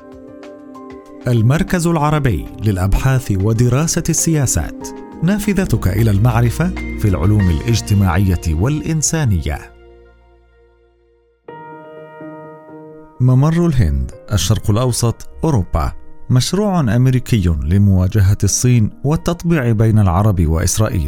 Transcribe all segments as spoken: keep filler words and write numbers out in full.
المركز العربي للأبحاث ودراسة السياسات، نافذتك إلى المعرفة في العلوم الاجتماعية والإنسانية. ممر الهند، الشرق الأوسط، أوروبا، مشروع أمريكي لمواجهة الصين والتطبيع بين العرب وإسرائيل.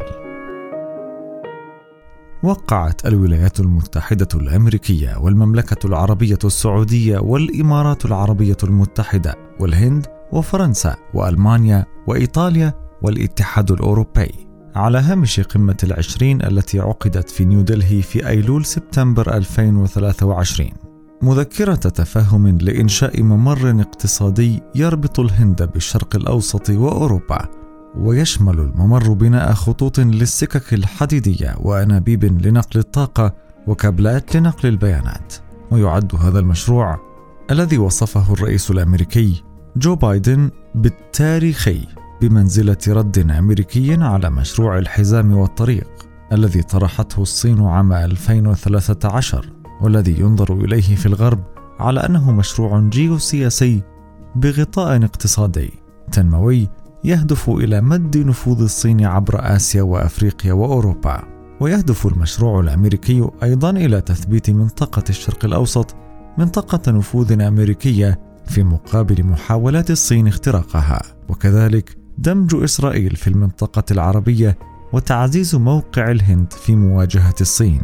وقعت الولايات المتحدة الأمريكية والمملكة العربية السعودية والإمارات العربية المتحدة والهند وفرنسا وألمانيا وإيطاليا والاتحاد الأوروبي على هامش قمة العشرين التي عقدت في نيودلهي في أيلول سبتمبر ألفين وثلاثة وعشرين، مذكرة تفاهم لإنشاء ممر اقتصادي يربط الهند بالشرق الأوسط وأوروبا، ويشمل الممر بناء خطوط للسكك الحديدية وأنابيب لنقل الطاقة وكابلات لنقل البيانات. ويعد هذا المشروع الذي وصفه الرئيس الأمريكي جو بايدن بالتاريخي بمنزلة رد أمريكي على مشروع الحزام والطريق الذي طرحته الصين عام ألفين وثلاثة عشر، والذي ينظر إليه في الغرب على أنه مشروع جيوسياسي بغطاء اقتصادي تنموي يهدف إلى مد نفوذ الصين عبر آسيا وأفريقيا وأوروبا. ويهدف المشروع الأمريكي أيضا إلى تثبيت منطقة الشرق الأوسط منطقة نفوذ أمريكية في مقابل محاولات الصين اختراقها، وكذلك دمج إسرائيل في المنطقة العربية وتعزيز موقع الهند في مواجهة الصين.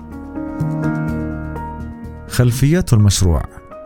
خلفيات المشروع: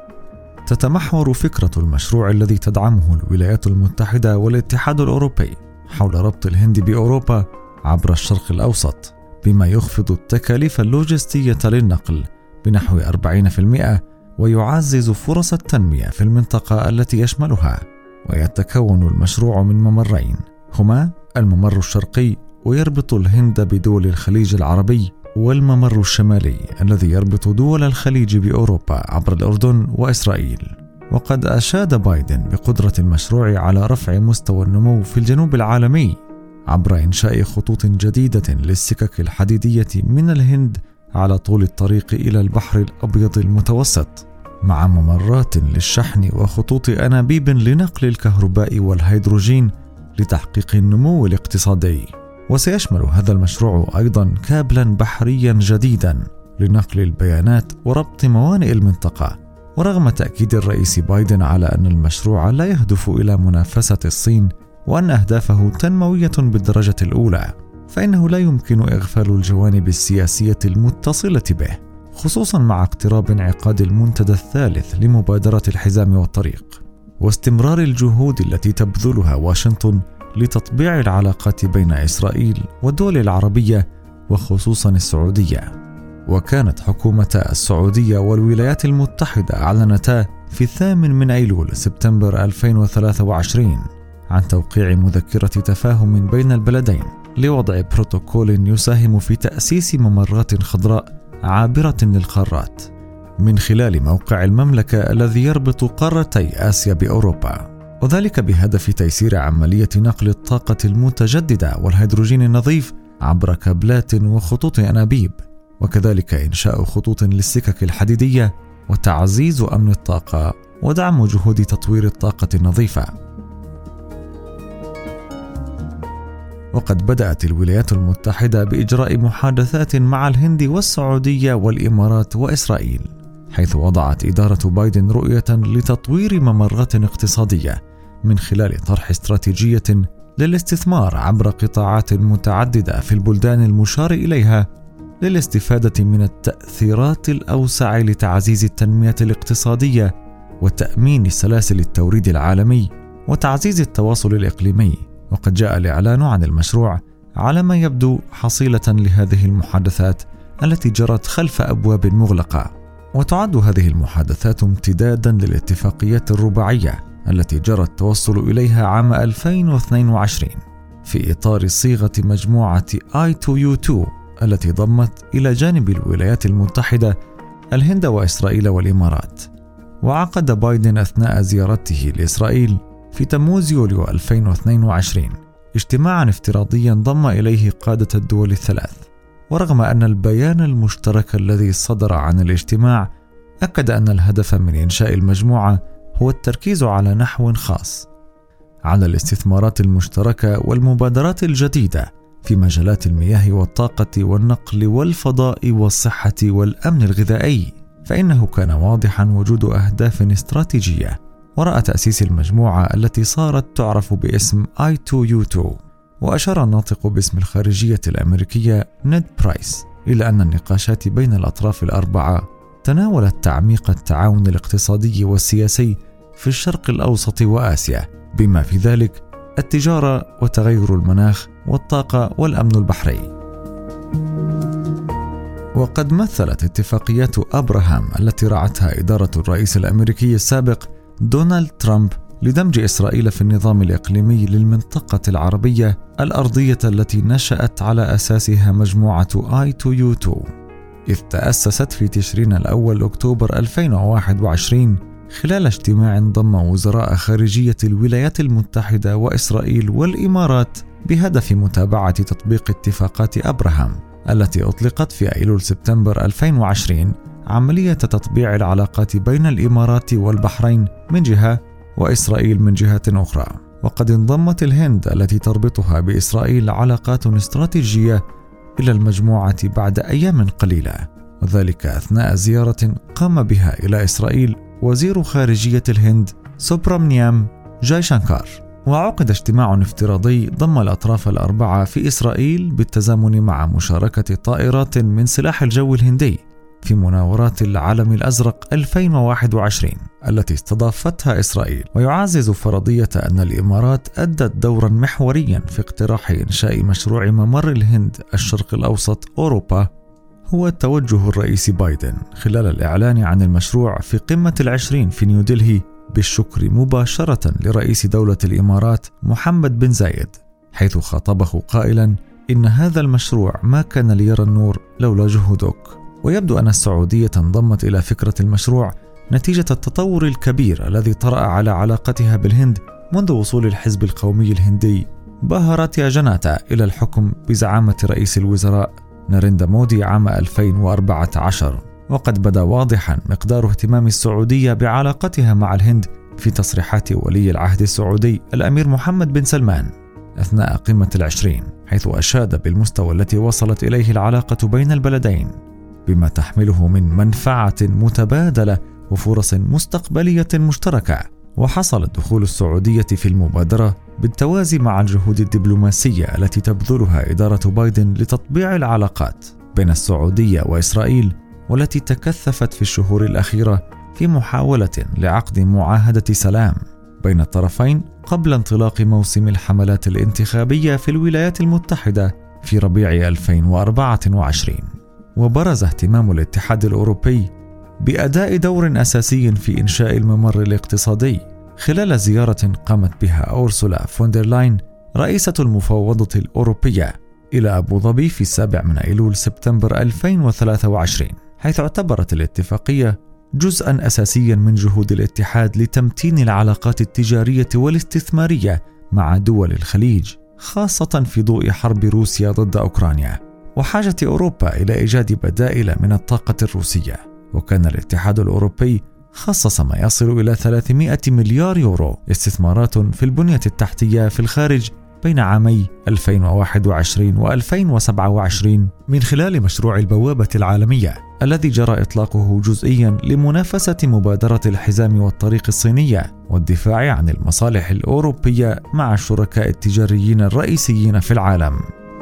تتمحور فكرة المشروع الذي تدعمه الولايات المتحدة والاتحاد الأوروبي حول ربط الهند بأوروبا عبر الشرق الأوسط، بما يخفض التكاليف اللوجستية للنقل بنحو أربعين بالمئة ويعزز فرص التنمية في المنطقة التي يشملها. ويتكون المشروع من ممرين، هما الممر الشرقي ويربط الهند بدول الخليج العربي، والممر الشمالي الذي يربط دول الخليج بأوروبا عبر الأردن وإسرائيل. وقد أشاد بايدن بقدرة المشروع على رفع مستوى النمو في الجنوب العالمي عبر إنشاء خطوط جديدة للسكك الحديدية من الهند على طول الطريق إلى البحر الأبيض المتوسط، مع ممرات للشحن وخطوط أنابيب لنقل الكهرباء والهيدروجين لتحقيق النمو الاقتصادي. وسيشمل هذا المشروع أيضا كابلا بحريا جديدا لنقل البيانات وربط موانئ المنطقة. ورغم تأكيد الرئيس بايدن على أن المشروع لا يهدف إلى منافسة الصين وأن أهدافه تنموية بالدرجة الأولى، فإنه لا يمكن إغفال الجوانب السياسية المتصلة به، خصوصا مع اقتراب انعقاد المنتدى الثالث لمبادرة الحزام والطريق واستمرار الجهود التي تبذلها واشنطن لتطبيع العلاقات بين إسرائيل والدول العربية وخصوصا السعودية. وكانت حكومة السعودية والولايات المتحدة أعلنتا في الثامن من أيلول سبتمبر ألفين وثلاثة وعشرين عن توقيع مذكرة تفاهم بين البلدين لوضع بروتوكول يساهم في تأسيس ممرات خضراء عابرة للقارات من خلال موقع المملكة الذي يربط قارتي آسيا بأوروبا، وذلك بهدف تيسير عملية نقل الطاقة المتجددة والهيدروجين النظيف عبر كابلات وخطوط أنابيب، وكذلك إنشاء خطوط للسكك الحديدية وتعزيز أمن الطاقة ودعم جهود تطوير الطاقة النظيفة. وقد بدأت الولايات المتحدة بإجراء محادثات مع الهند والسعودية والإمارات وإسرائيل، حيث وضعت إدارة بايدن رؤية لتطوير ممرات اقتصادية من خلال طرح استراتيجية للاستثمار عبر قطاعات متعددة في البلدان المشار إليها للاستفادة من التأثيرات الأوسع لتعزيز التنمية الاقتصادية وتأمين سلاسل التوريد العالمي وتعزيز التواصل الإقليمي. وقد جاء الإعلان عن المشروع على ما يبدو حصيلة لهذه المحادثات التي جرت خلف أبواب مغلقة. وتعد هذه المحادثات امتدادا للاتفاقيات الرباعية التي جرى التوصل إليها عام ألفين واثنين وعشرين في إطار صيغة مجموعة آي تو يو تو التي ضمت إلى جانب الولايات المتحدة الهند وإسرائيل والإمارات. وعقد بايدن أثناء زيارته لإسرائيل في تموز يوليو ألفين واثنين وعشرين اجتماعا افتراضيا ضم إليه قادة الدول الثلاث. ورغم أن البيان المشترك الذي صدر عن الاجتماع أكد أن الهدف من إنشاء المجموعة هو التركيز على نحو خاص على الاستثمارات المشتركة والمبادرات الجديدة في مجالات المياه والطاقة والنقل والفضاء والصحة والأمن الغذائي، فإنه كان واضحا وجود أهداف استراتيجية وراء تأسيس المجموعة التي صارت تعرف باسم آي تو يو تو. وأشار الناطق باسم الخارجية الأمريكية نيد برايس إلى أن النقاشات بين الأطراف الأربعة تناولت تعميق التعاون الاقتصادي والسياسي في الشرق الأوسط وآسيا، بما في ذلك التجارة وتغير المناخ والطاقة والأمن البحري. وقد مثلت اتفاقيات أبراهام التي رعتها إدارة الرئيس الأمريكي السابق دونالد ترامب لدمج إسرائيل في النظام الإقليمي للمنطقة العربية الأرضية التي نشأت على أساسها مجموعة آي تو يو تو، إذ تأسست في تشرين الأول أكتوبر ألفين وواحد وعشرين خلال اجتماع ضم وزراء خارجية الولايات المتحدة وإسرائيل والإمارات بهدف متابعة تطبيق اتفاقات أبراهام التي أطلقت في أيلول سبتمبر ألفين وعشرين، عملية تطبيع العلاقات بين الإمارات والبحرين من جهة وإسرائيل من جهة أخرى. وقد انضمت الهند التي تربطها بإسرائيل علاقات استراتيجية إلى المجموعة بعد أيام قليلة، وذلك أثناء زيارة قام بها إلى إسرائيل وزير خارجية الهند سوبرامنيام جايشانكار. وعقد اجتماع افتراضي ضم الأطراف الأربعة في إسرائيل بالتزامن مع مشاركة طائرات من سلاح الجو الهندي في مناورات العلم الأزرق ألفين وواحد وعشرين التي استضافتها إسرائيل، ويعزز فرضية أن الإمارات أدت دورا محوريا في اقتراح إنشاء مشروع ممر الهند الشرق الأوسط أوروبا. هو توجه الرئيس بايدن خلال الإعلان عن المشروع في قمة العشرين في نيودلهي بالشكر مباشرة لرئيس دولة الإمارات محمد بن زايد، حيث خاطبه قائلا إن هذا المشروع ما كان ليرى النور لولا جهودك. ويبدو أن السعودية انضمت إلى فكرة المشروع نتيجة التطور الكبير الذي طرأ على علاقتها بالهند منذ وصول الحزب القومي الهندي بهاراتيا جناتا إلى الحكم بزعامة رئيس الوزراء ناريندا مودي عام ألفين وأربعة عشر. وقد بدا واضحا مقدار اهتمام السعودية بعلاقتها مع الهند في تصريحات ولي العهد السعودي الأمير محمد بن سلمان أثناء قمة العشرين، حيث أشاد بالمستوى التي وصلت إليه العلاقة بين البلدين بما تحمله من منفعة متبادلة وفرص مستقبلية مشتركة. وحصل دخول السعودية في المبادرة بالتوازي مع الجهود الدبلوماسية التي تبذلها إدارة بايدن لتطبيع العلاقات بين السعودية وإسرائيل، والتي تكثفت في الشهور الأخيرة في محاولة لعقد معاهدة سلام بين الطرفين قبل انطلاق موسم الحملات الانتخابية في الولايات المتحدة في ربيع ألفين وأربعة وعشرين. وبرز اهتمام الاتحاد الأوروبي بأداء دور أساسي في إنشاء الممر الاقتصادي خلال زيارة قامت بها أورسولا فوندرلاين رئيسة المفوضة الأوروبية إلى أبو ظبي في السابع من أيلول سبتمبر ألفين وثلاثة وعشرين، حيث اعتبرت الاتفاقية جزءا أساسيا من جهود الاتحاد لتمتين العلاقات التجارية والاستثمارية مع دول الخليج، خاصة في ضوء حرب روسيا ضد أوكرانيا وحاجة أوروبا إلى إيجاد بدائل من الطاقة الروسية. وكان الاتحاد الأوروبي خصص ما يصل إلى ثلاثمائة مليار يورو استثمارات في البنية التحتية في الخارج بين عامي ألفين وواحد وعشرين وألفين وسبعة وعشرين من خلال مشروع البوابة العالمية الذي جرى إطلاقه جزئيا لمنافسة مبادرة الحزام والطريق الصينية والدفاع عن المصالح الأوروبية مع الشركاء التجاريين الرئيسيين في العالم.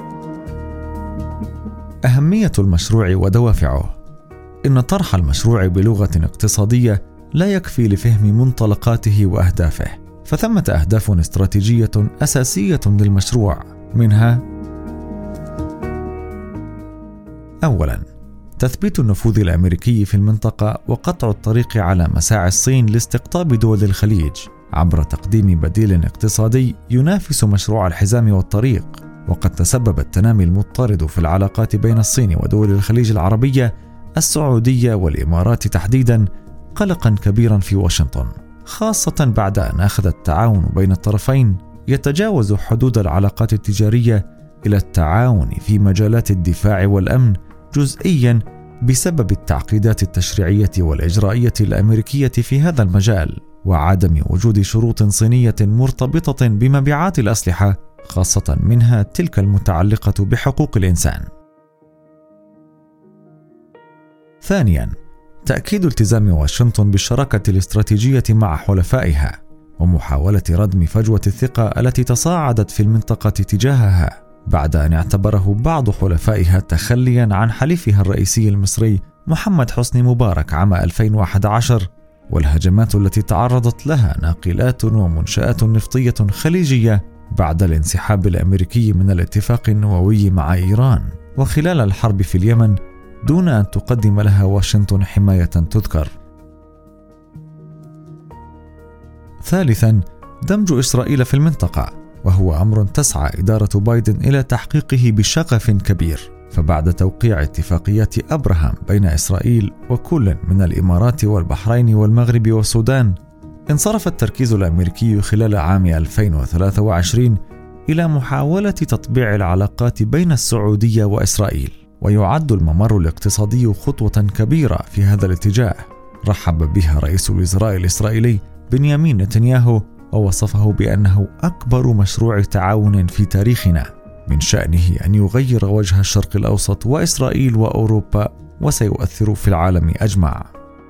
أهمية المشروع ودوافعه. إن طرح المشروع بلغة اقتصادية لا يكفي لفهم منطلقاته وأهدافه، فثمة أهداف استراتيجية أساسية للمشروع، منها: أولاً، تثبيت النفوذ الأمريكي في المنطقة وقطع الطريق على مساعي الصين لاستقطاب دول الخليج عبر تقديم بديل اقتصادي ينافس مشروع الحزام والطريق. وقد تسبب التنامي المضطرد في العلاقات بين الصين ودول الخليج العربية السعودية والإمارات تحديداً قلقاً كبيراً في واشنطن، خاصة بعد أن أخذ التعاون بين الطرفين يتجاوز حدود العلاقات التجارية إلى التعاون في مجالات الدفاع والأمن جزئياً بسبب التعقيدات التشريعية والإجرائية الأمريكية في هذا المجال. وعدم وجود شروط صينية مرتبطة بمبيعات الأسلحة، خاصة منها تلك المتعلقة بحقوق الإنسان. ثانياً، تأكيد التزام واشنطن بالشراكة الاستراتيجية مع حلفائها ومحاولة ردم فجوة الثقة التي تصاعدت في المنطقة تجاهها بعد أن اعتبره بعض حلفائها تخلياً عن حليفها الرئيسي المصري محمد حسني مبارك عام ألفين وأحد عشر، والهجمات التي تعرضت لها ناقلات ومنشآت نفطية خليجية بعد الانسحاب الأمريكي من الاتفاق النووي مع إيران وخلال الحرب في اليمن، دون أن تقدم لها واشنطن حماية تذكر. ثالثاً، دمج إسرائيل في المنطقة، وهو أمر تسعى إدارة بايدن إلى تحقيقه بشغف كبير. فبعد توقيع اتفاقيات أبراهام بين إسرائيل وكل من الإمارات والبحرين والمغرب والسودان، انصرف التركيز الأمريكي خلال عام ألفين وثلاثة وعشرين إلى محاولة تطبيع العلاقات بين السعودية وإسرائيل، ويعد الممر الاقتصادي خطوة كبيرة في هذا الاتجاه رحب بها رئيس الوزراء الإسرائيلي بنيامين نتنياهو، ووصفه بأنه أكبر مشروع تعاون في تاريخنا من شأنه أن يغير وجه الشرق الأوسط وإسرائيل وأوروبا، وسيؤثر في العالم أجمع.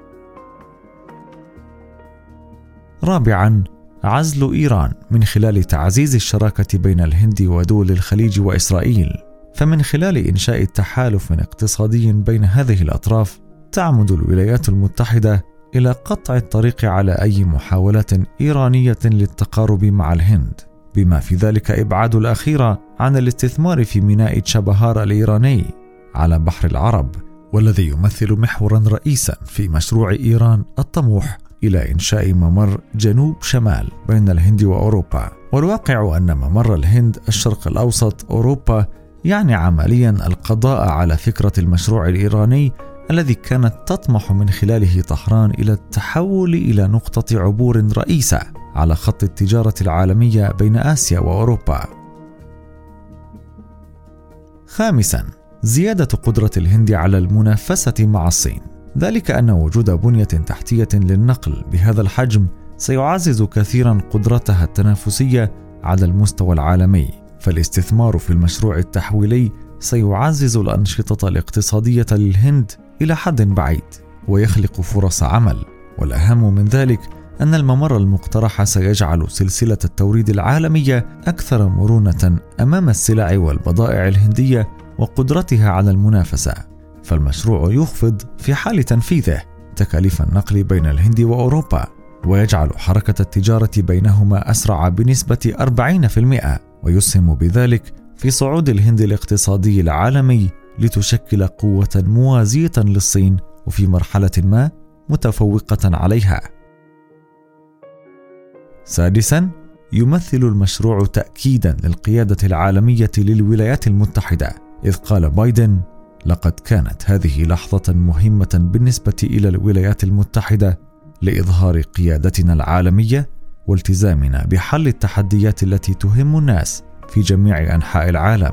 رابعاً، عزل إيران من خلال تعزيز الشراكة بين الهند ودول الخليج وإسرائيل. فمن خلال إنشاء التحالف اقتصادي بين هذه الأطراف، تعمد الولايات المتحدة إلى قطع الطريق على أي محاولات إيرانية للتقارب مع الهند، بما في ذلك إبعاد الأخيرة عن الاستثمار في ميناء تشابهار الإيراني على بحر العرب، والذي يمثل محورا رئيسا في مشروع إيران الطموح إلى إنشاء ممر جنوب شمال بين الهند وأوروبا. والواقع أن ممر الهند الشرق الأوسط أوروبا يعني عمليا القضاء على فكرة المشروع الإيراني الذي كانت تطمح من خلاله طهران إلى التحول إلى نقطة عبور رئيسة على خط التجارة العالمية بين آسيا وأوروبا. خامساً، زيادة قدرة الهند على المنافسة مع الصين، ذلك أن وجود بنية تحتية للنقل بهذا الحجم سيعزز كثيراً قدرتها التنافسية على المستوى العالمي. فالاستثمار في المشروع التحويلي سيعزز الأنشطة الاقتصادية للهند إلى حد بعيد ويخلق فرص عمل، والأهم من ذلك أن الممر المقترح سيجعل سلسلة التوريد العالمية أكثر مرونة أمام السلع والبضائع الهندية وقدرتها على المنافسة. فالمشروع يخفض في حال تنفيذه تكاليف النقل بين الهند وأوروبا، ويجعل حركة التجارة بينهما أسرع بنسبة أربعين بالمئة، ويسهم بذلك في صعود الهند الاقتصادي العالمي لتشكل قوة موازية للصين وفي مرحلة ما متفوقة عليها. سادساً، يمثل المشروع تأكيداً للقيادة العالمية للولايات المتحدة، إذ قال بايدن: لقد كانت هذه لحظة مهمة بالنسبة إلى الولايات المتحدة لإظهار قيادتنا العالمية والتزامنا بحل التحديات التي تهم الناس في جميع أنحاء العالم.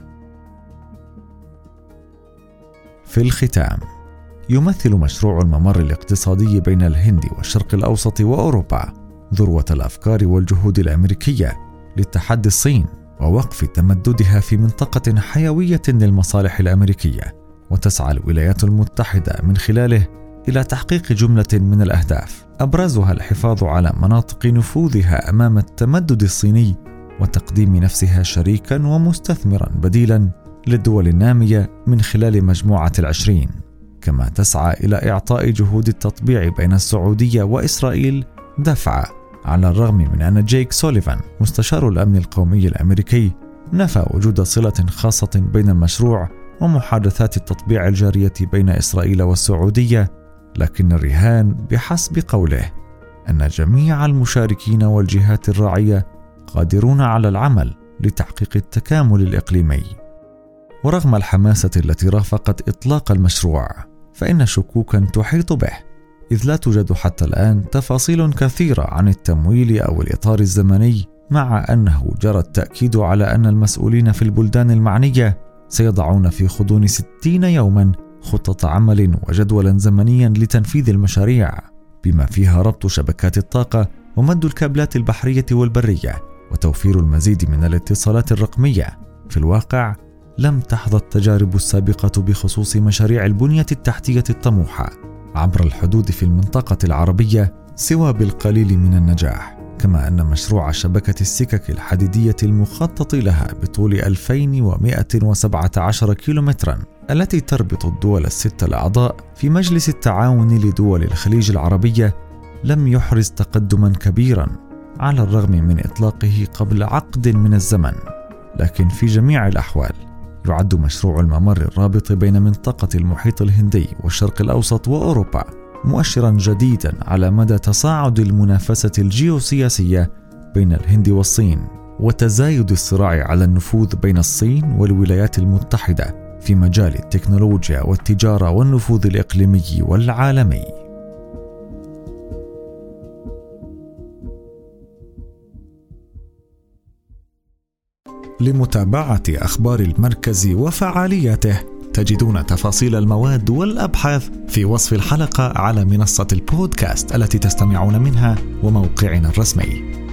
في الختام، يمثل مشروع الممر الاقتصادي بين الهند والشرق الأوسط وأوروبا ذروة الأفكار والجهود الأمريكية لتحدي الصين ووقف تمددها في منطقة حيوية للمصالح الأمريكية، وتسعى الولايات المتحدة من خلاله إلى تحقيق جملة من الأهداف، أبرزها الحفاظ على مناطق نفوذها أمام التمدد الصيني وتقديم نفسها شريكا ومستثمرا بديلا للدول النامية من خلال مجموعة العشرين، كما تسعى إلى إعطاء جهود التطبيع بين السعودية وإسرائيل دفعة، على الرغم من أن جيك سوليفان مستشار الأمن القومي الأمريكي نفى وجود صلة خاصة بين المشروع ومحادثات التطبيع الجارية بين إسرائيل والسعودية، لكن الرهان بحسب قوله أن جميع المشاركين والجهات الراعية قادرون على العمل لتحقيق التكامل الإقليمي. ورغم الحماسة التي رافقت إطلاق المشروع، فإن شكوكا تحيط به، إذ لا توجد حتى الآن تفاصيل كثيرة عن التمويل أو الإطار الزمني، مع أنه جرى التأكيد على أن المسؤولين في البلدان المعنية سيضعون في غضون ستين يوما خطة عمل وجدولا زمنيا لتنفيذ المشاريع. بما فيها ربط شبكات الطاقة ومد الكابلات البحرية والبرية وتوفير المزيد من الاتصالات الرقمية. في الواقع لم تحظى التجارب السابقة بخصوص مشاريع البنية التحتية الطموحة عبر الحدود في المنطقة العربية سوى بالقليل من النجاح، كما أن مشروع شبكة السكك الحديدية المخطط لها بطول ألفين ومئة وسبعة عشر كيلومترا التي تربط الدول الست الأعضاء في مجلس التعاون لدول الخليج العربية لم يحرز تقدما كبيرا على الرغم من إطلاقه قبل عقد من الزمن. لكن في جميع الأحوال يعد مشروع الممر الرابط بين منطقة المحيط الهندي والشرق الأوسط وأوروبا مؤشرا جديدا على مدى تصاعد المنافسة الجيوسياسية بين الهند والصين وتزايد الصراع على النفوذ بين الصين والولايات المتحدة في مجال التكنولوجيا والتجارة والنفوذ الإقليمي والعالمي. لمتابعة أخبار المركز وفعالياته تجدون تفاصيل المواد والأبحاث في وصف الحلقة على منصة البودكاست التي تستمعون منها وموقعنا الرسمي.